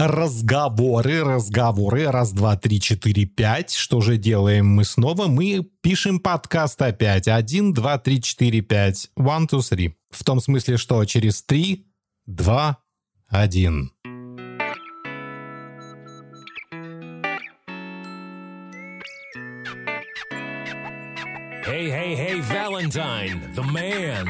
разговоры, раз, два, три, четыре, пять. Что же делаем мы снова? Мы пишем подкаст опять. 1, 2, 3, 4, 5. 1, 2, 3. В том смысле, что через 3, 2, 1. Hey, hey, hey, Valentine, the man.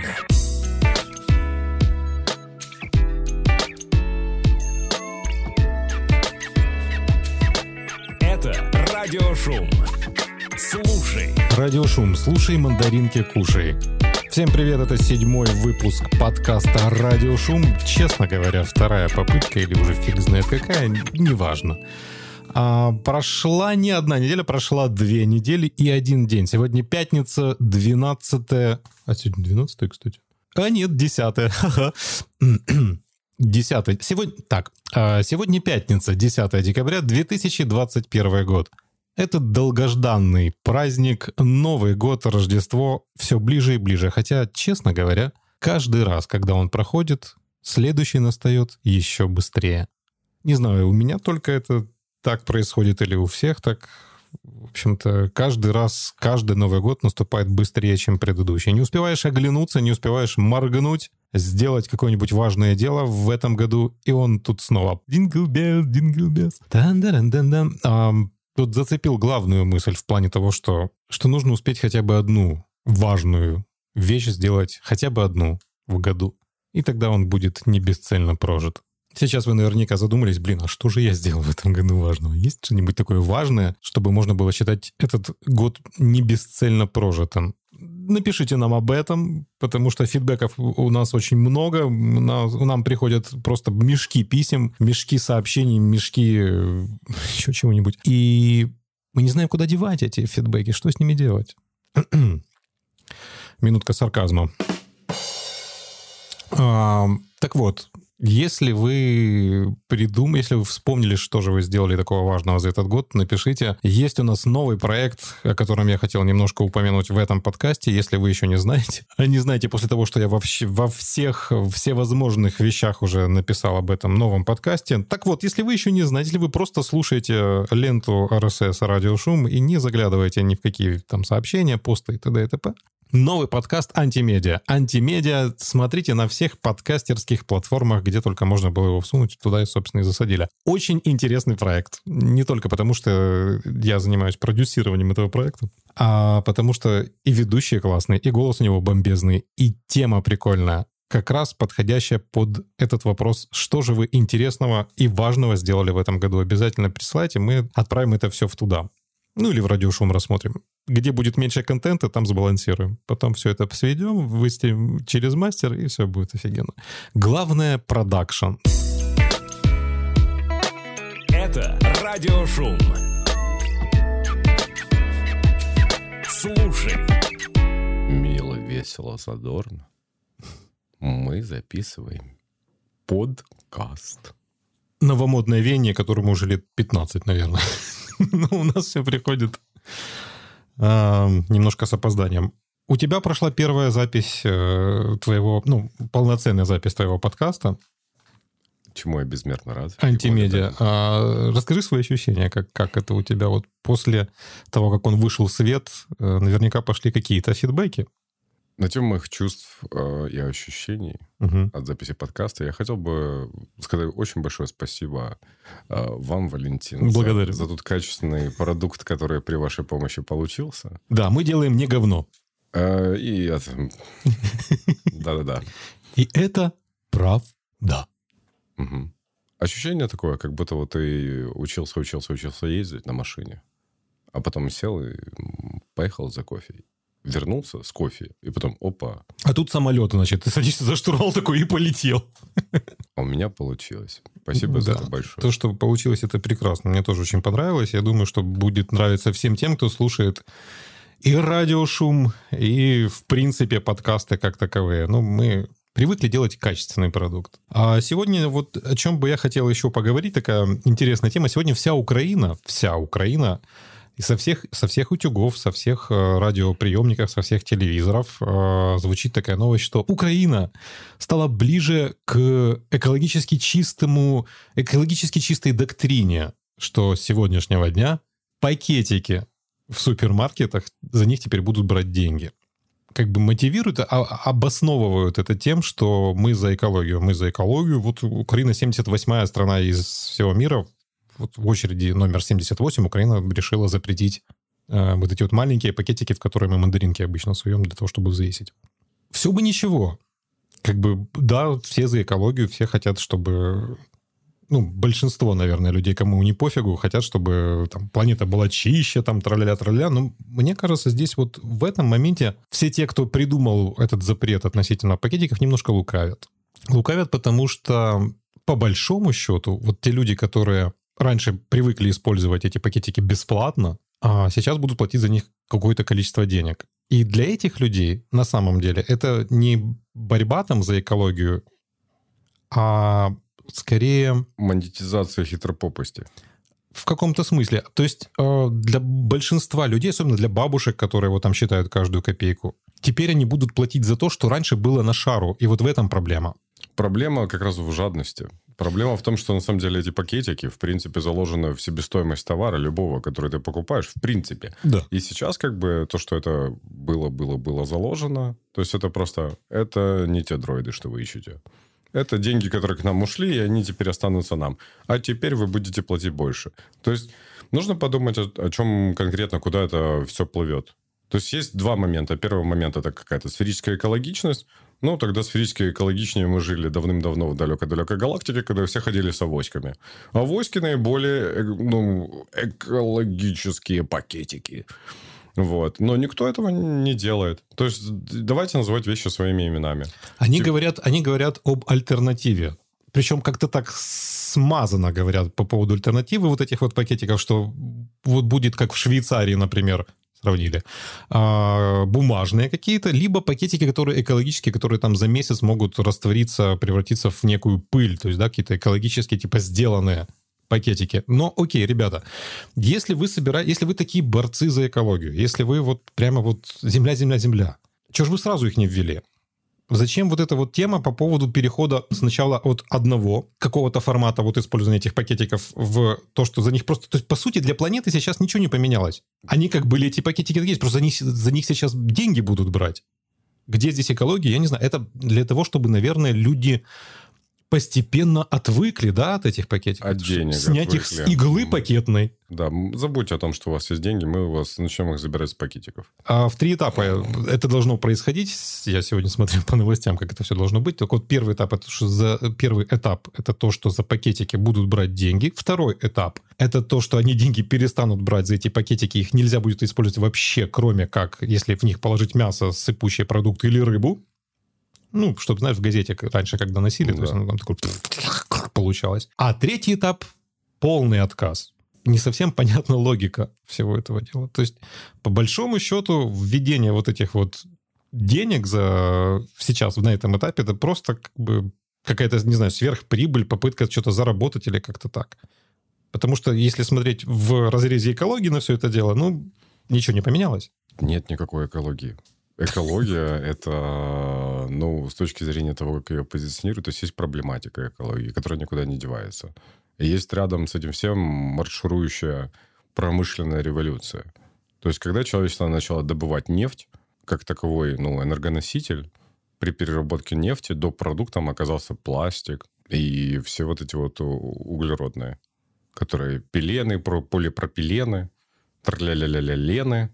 Это Радиошум. Слушай. Радиошум. Слушай, мандаринки кушай. Всем привет, это 7-й выпуск подкаста Радиошум. Честно говоря, вторая попытка или уже фиг знает какая, неважно. Прошла не одна неделя, прошла 2 недели и 1 день. Сегодня пятница, 12... А сегодня 12, кстати? Нет, 10. 10. Сегодня пятница, 10 декабря 2021 год. Это долгожданный праздник, Новый год, Рождество все ближе и ближе. Хотя, честно говоря, каждый раз, когда он проходит, следующий настает еще быстрее. Не знаю, у меня только это так происходит или у всех так. В общем-то, каждый раз, каждый Новый год наступает быстрее, чем предыдущий. Не успеваешь оглянуться, не успеваешь моргнуть, сделать какое-нибудь важное дело в этом году, и он тут снова. Jingle bells, jingle bells. Тут зацепил главную мысль в плане того, что нужно успеть хотя бы одну важную вещь сделать, хотя бы одну в году. И тогда он будет не бесцельно прожит. Сейчас вы наверняка задумались, а что же я сделал в этом году важного? Есть что-нибудь такое важное, чтобы можно было считать этот год не бесцельно прожитым? Напишите нам об этом, потому что фидбэков у нас очень много. Нам приходят просто мешки писем, мешки сообщений, мешки еще чего-нибудь. И мы не знаем, куда девать эти фидбэки, что с ними делать. Минутка сарказма. Так вот, если вы вспомнили, что же вы сделали такого важного за этот год, напишите. Есть у нас новый проект, о котором я хотел немножко упомянуть в этом подкасте, если вы еще не знаете. А не знаете после того, что я во всевозможных вещах уже написал об этом новом подкасте. Так вот, если вы еще не знаете, если вы просто слушаете ленту RSS Радиошум и не заглядываете ни в какие там сообщения, посты и т.д. и т.п., новый подкаст «Антимедиа». «Антимедиа» смотрите на всех подкастерских платформах, где только можно было его всунуть, туда и, собственно, и засадили. Очень интересный проект. Не только потому, что я занимаюсь продюсированием этого проекта, а потому что и ведущий классный, и голос у него бомбезный, и тема прикольная. Как раз подходящая под этот вопрос, что же вы интересного и важного сделали в этом году. Обязательно присылайте, мы отправим это все в туда. Или в Радиошум рассмотрим. Где будет меньше контента, там сбалансируем. Потом все это сведем, выставим через мастер, и все будет офигенно. Главное — продакшн. Это Радиошум. Слушай. Мило, весело, задорно. Мы записываем подкаст. Новомодное веяние, которому уже лет 15, наверное. Но у нас все приходит немножко с опозданием. У тебя прошла первая запись твоего, полноценная запись твоего подкаста. Чему я безмерно рад. «Антимедиа». Расскажи свои ощущения, как это у тебя вот после того, как он вышел в свет, наверняка пошли какие-то фидбэки. На тему моих чувств и ощущений от записи подкаста я хотел бы сказать очень большое спасибо вам, Валентин, за тот качественный продукт, который при вашей помощи получился. Да, мы делаем не говно. Да-да-да. И это правда. Ощущение такое, как будто вот ты учился ездить на машине, а потом сел и поехал за кофе. Вернулся с кофе, и потом опа. А тут самолет, значит, ты садишься за штурвал такой и полетел. А у меня получилось. Спасибо за это большое. То, что получилось, это прекрасно. Мне тоже очень понравилось. Я думаю, что будет нравиться всем тем, кто слушает и Радиошум, и, в принципе, подкасты как таковые. Мы привыкли делать качественный продукт. А сегодня вот о чем бы я хотел еще поговорить, такая интересная тема. Сегодня вся Украина И со всех утюгов, со всех радиоприемников, со всех телевизоров звучит такая новость, что Украина стала ближе к экологически чистой доктрине, что с сегодняшнего дня пакетики в супермаркетах, за них теперь будут брать деньги. Как бы мотивируют, обосновывают это тем, что мы за экологию. Мы за экологию. Вот Украина 78-я страна из всего мира. Вот в очереди номер 78 Украина решила запретить вот эти вот маленькие пакетики, в которые мы мандаринки обычно суем для того, чтобы взвесить. Все бы ничего. Как бы, да, все за экологию, все хотят, чтобы... Ну, большинство, наверное, людей, кому не пофигу, хотят, чтобы там планета была чище, там траля-ля-траля. Но мне кажется, здесь вот в этом моменте все те, кто придумал этот запрет относительно пакетиков, немножко лукавят. Лукавят, потому что, по большому счету, вот те люди, которые раньше привыкли использовать эти пакетики бесплатно, а сейчас будут платить за них какое-то количество денег. И для этих людей, на самом деле, это не борьба там за экологию, а... скорее... монетизация хитропопости. В каком-то смысле. То есть для большинства людей, особенно для бабушек, которые вот там считают каждую копейку, теперь они будут платить за то, что раньше было на шару. И вот в этом проблема. Проблема как раз в жадности. Проблема в том, что на самом деле эти пакетики, в принципе, заложены в себестоимость товара любого, который ты покупаешь, в принципе. Да. И сейчас как бы то, что это было заложено, то есть это просто... Это не те дроиды, что вы ищете. Это деньги, которые к нам ушли, и они теперь останутся нам. А теперь вы будете платить больше. То есть нужно подумать, о чем конкретно, куда это все плывет. То есть есть два момента. Первый момент – это какая-то сферическая экологичность. Ну, тогда сферически экологичнее мы жили давным-давно в далекой-далекой галактике, когда все ходили с авоськами. Авоськи наиболее экологические пакетики. Вот. Но никто этого не делает. То есть давайте называть вещи своими именами. Они говорят об альтернативе. Причем как-то так смазанно говорят по поводу альтернативы вот этих вот пакетиков, что вот будет как в Швейцарии, например, сравнили, бумажные какие-то, либо пакетики, которые экологические, которые там за месяц могут раствориться, превратиться в некую пыль, то есть, да, какие-то экологические, типа, сделанные пакетики. Но окей, ребята, если вы такие борцы за экологию, если вы вот прямо вот земля, чего же вы сразу их не ввели? Зачем вот эта вот тема по поводу перехода сначала от одного какого-то формата вот использования этих пакетиков в то, что за них просто... То есть, по сути, для планеты сейчас ничего не поменялось. Они как были, эти пакетики есть, просто за них сейчас деньги будут брать. Где здесь экология, я не знаю. Это для того, чтобы, наверное, люди постепенно отвыкли, да, от этих пакетиков. От денег снять отвыкли. Их с иглы пакетной. Да, забудьте о том, что у вас есть деньги, мы у вас начнем их забирать с пакетиков. А в 3 этапа это должно происходить. Я сегодня смотрел по новостям, как это все должно быть. Так вот, первый этап это то, что за пакетики будут брать деньги. Второй этап — это то, что они деньги перестанут брать за эти пакетики. Их нельзя будет использовать вообще, кроме как, если в них положить мясо, сыпучие продукты или рыбу. Ну, чтобы, знаешь, в газете раньше, когда носили, да. То есть оно там такое получалось. А третий этап — полный отказ. Не совсем понятна логика всего этого дела. То есть, по большому счету, введение вот этих вот денег сейчас на этом этапе — это просто как бы какая-то, не знаю, сверхприбыль, попытка что-то заработать или как-то так. Потому что если смотреть в разрезе экологии на все это дело, ну, ничего не поменялось. Нет никакой экологии. Экология — это, ну, с точки зрения того, как ее позиционируют, то есть проблематика экологии, которая никуда не девается. И есть рядом с этим всем марширующая промышленная революция. То есть когда человечество начало добывать нефть, как таковой, ну, энергоноситель, при переработке нефти до продуктом оказался пластик и все вот эти вот углеродные, которые пилены, полипропилены, трля-ля-ля-ля-лены.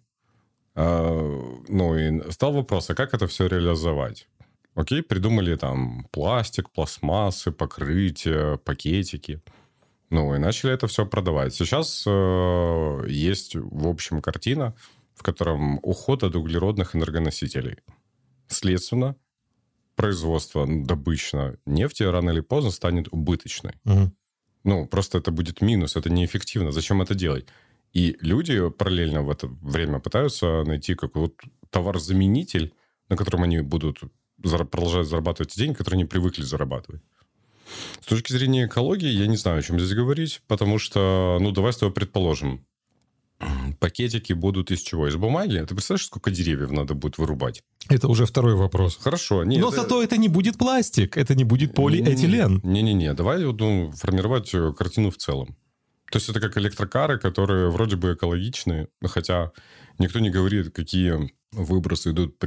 Ну, и стал вопрос, а как это все реализовать? Окей, придумали там пластик, пластмассы, покрытия, пакетики. Ну, и начали это все продавать. Сейчас есть, в общем, картина, в котором уход от углеродных энергоносителей. Следственно, производство, добыча нефти рано или поздно станет убыточной. Угу. Ну, просто это будет минус, это неэффективно. Зачем это делать? И люди параллельно в это время пытаются найти какой-то товар-заменитель, на котором они будут продолжать зарабатывать деньги, которые они привыкли зарабатывать. С точки зрения экологии, я не знаю, о чем здесь говорить, потому что, ну, давай с тобой предположим. Пакетики будут из чего? Из бумаги? Ты представляешь, сколько деревьев надо будет вырубать? Это уже второй вопрос. Хорошо. Нет, но зато это не будет пластик, это не будет полиэтилен. Не-не-не, давай формировать картину в целом. То есть это как электрокары, которые вроде бы экологичные, хотя никто не говорит, какие выбросы идут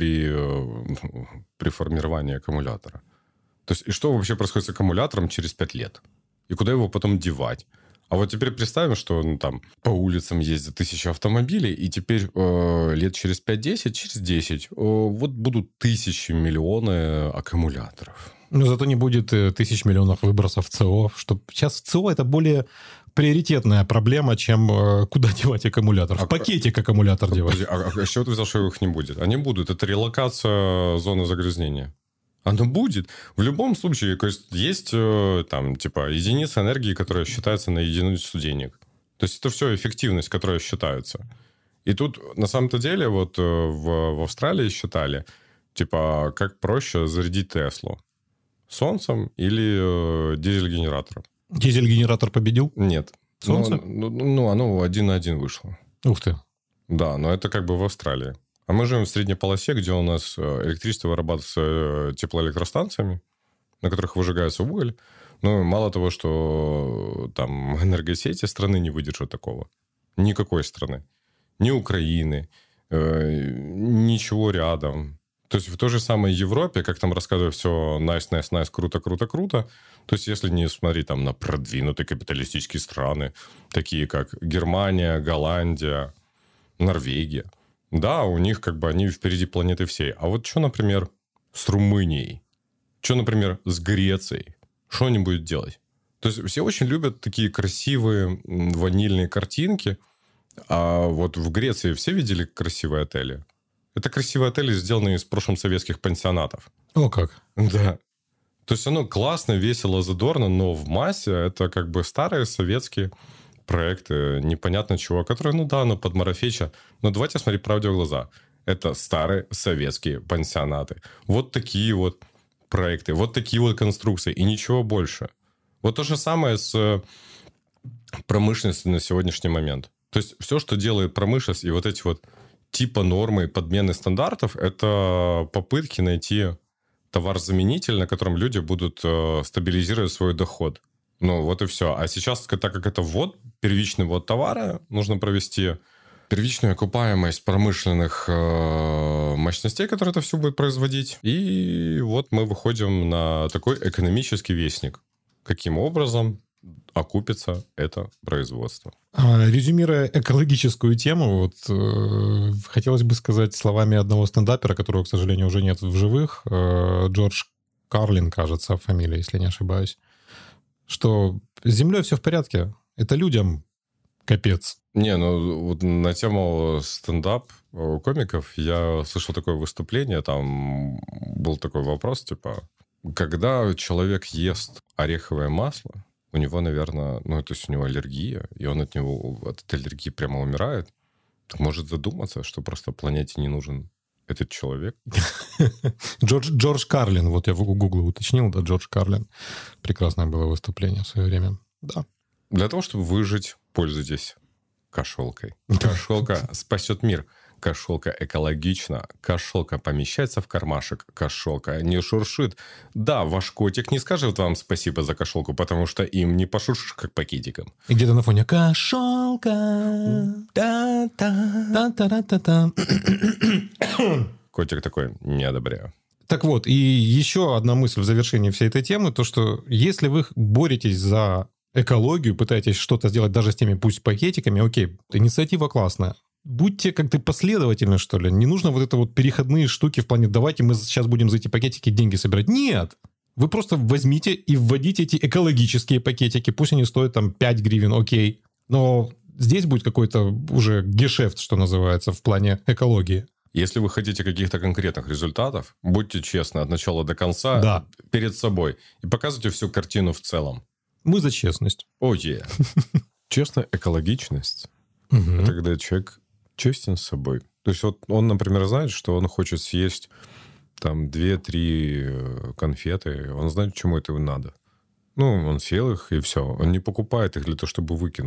при формировании аккумулятора. То есть и что вообще происходит с аккумулятором через 5 лет? И куда его потом девать? А вот теперь представим, что там по улицам ездят 1000 автомобилей, и теперь лет через 5-10, через 10 вот будут 1000 миллионы аккумуляторов. Но зато не будет 1000 миллионов выбросов СО. Сейчас СО это более приоритетная проблема, чем куда девать аккумулятор. В пакетик аккумулятор девать. А с чего ты взял, что их не будет? Они будут. Это релокация зоны загрязнения. Оно будет. В любом случае, то есть там, типа, единица энергии, которая считается на единицу денег. То есть это все эффективность, которая считается. И тут, на самом-то деле, вот в Австралии считали, типа, как проще зарядить Теслу. Солнцем или дизель-генератором. Дизель-генератор победил? Нет. Солнце? Оно 1 на 1 вышло. Ух ты. Да, но это как бы в Австралии. А мы живем в средней полосе, где у нас электричество вырабатывается теплоэлектростанциями, на которых выжигается уголь. Но мало того, что там энергосети страны не выдержат такого. Никакой страны. Ни Украины, ничего рядом. То есть в той же самой Европе, как там рассказывают, все nice, круто. То есть если не смотреть там на продвинутые капиталистические страны, такие как Германия, Голландия, Норвегия. Да, у них как бы они впереди планеты всей. А вот что, например, с Румынией? Что, например, с Грецией? Что они будут делать? То есть все очень любят такие красивые ванильные картинки. А вот в Греции все видели красивые отели? Это красивые отели, сделанные из прошлых советских пансионатов. О, как? Да. То есть оно классно, весело, задорно, но в массе это как бы старые советские проекты, непонятно чего, которые, оно подмарафеча. Но давайте смотреть правде в глаза. Это старые советские пансионаты. Вот такие вот проекты, вот такие вот конструкции, и ничего больше. Вот то же самое с промышленностью на сегодняшний момент. То есть все, что делает промышленность, и вот эти вот типа нормы, подмены стандартов, это попытки найти товар-заменитель, на котором люди будут стабилизировать свой доход. Ну, вот и все. А сейчас, так как это первичный ввод товара, нужно провести первичную окупаемость промышленных мощностей, которые это все будет производить. И вот мы выходим на такой экономический вестник. Каким образом окупится это производство? Резюмируя экологическую тему, хотелось бы сказать словами одного стендапера, которого, к сожалению, уже нет в живых, Джордж Карлин, кажется, фамилия, если не ошибаюсь, что с Землей все в порядке. Это людям капец. Не, вот на тему стендап-комиков я слышал такое выступление, там был такой вопрос, типа, когда человек ест ореховое масло, у него, наверное, то есть у него аллергия, и он от этой аллергии прямо умирает, так может задуматься, что просто планете не нужен этот человек. Джордж Карлин, вот я в Гугле уточнил, да, Джордж Карлин. Прекрасное было выступление в свое время, да. Для того, чтобы выжить, пользуйтесь кошелкой. Кошелка спасет мир. Кошелка экологична. Кошелка помещается в кармашек. Кошелка не шуршит. Да, ваш котик не скажет вам спасибо за кошелку, потому что им не пошуршишь, как пакетиком. И где-то на фоне кошелка. Та-та-та-та-та-та-та. Котик такой, не одобряю. Так вот, и еще одна мысль в завершении всей этой темы, то, что если вы боретесь за экологию, пытаетесь что-то сделать даже с теми, пусть пакетиками, окей, инициатива классная. Будьте как-то последовательны, что ли. Не нужно вот это вот переходные штуки в плане «давайте мы сейчас будем за эти пакетики деньги собирать». Нет! Вы просто возьмите и вводите эти экологические пакетики. Пусть они стоят там 5 гривен, окей. Но здесь будет какой-то уже гешефт, что называется, в плане экологии. Если вы хотите каких-то конкретных результатов, будьте честны от начала до конца перед собой и показывайте всю картину в целом. Мы за честность. Честная экологичность. Это когда человек честен с собой. То есть вот он, например, знает, что он хочет съесть там 2-3 конфеты. Он знает, чему это надо. Он съел их, и все. Он не покупает их для того, чтобы выкинуть.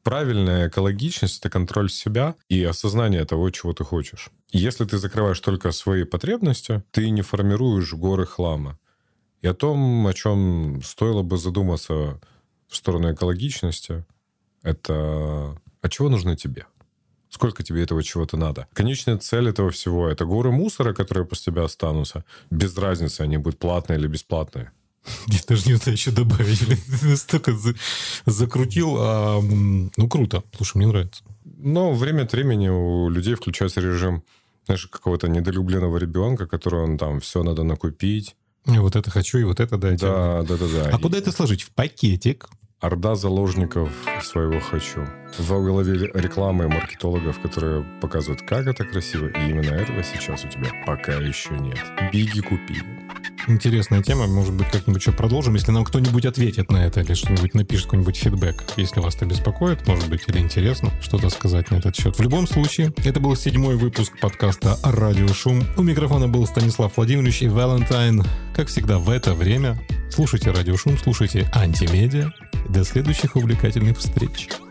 Правильная экологичность — это контроль себя и осознание того, чего ты хочешь. Если ты закрываешь только свои потребности, ты не формируешь горы хлама. И о том, о чем стоило бы задуматься в сторону экологичности, это а чего нужно тебе? Сколько тебе этого чего-то надо? Конечная цель этого всего — это горы мусора, которые после тебя останутся. Без разницы, они будут платные или бесплатные. Я даже не знаю, еще добавить. Ты настолько закрутил. Ну, круто. Слушай, мне нравится. Но время от времени у людей включается режим, знаешь, какого-то недолюбленного ребенка, которого там все надо накупить. И вот это хочу, и вот это дайте. Да. А куда это сложить? В пакетик? Орда заложников своего «хочу». В голове рекламы маркетологов, которые показывают, как это красиво, и именно этого сейчас у тебя пока еще нет. Беги, купи. Интересная тема. Может быть, как-нибудь еще продолжим, если нам кто-нибудь ответит на это или что-нибудь напишет, какой-нибудь фидбэк. Если вас это беспокоит, может быть, или интересно что-то сказать на этот счет. В любом случае, это был 7-й выпуск подкаста «Радио Шум». У микрофона был Станислав Владимирович и Valentine. Как всегда, в это время слушайте «Радио Шум», слушайте «Антимедиа». До следующих увлекательных встреч.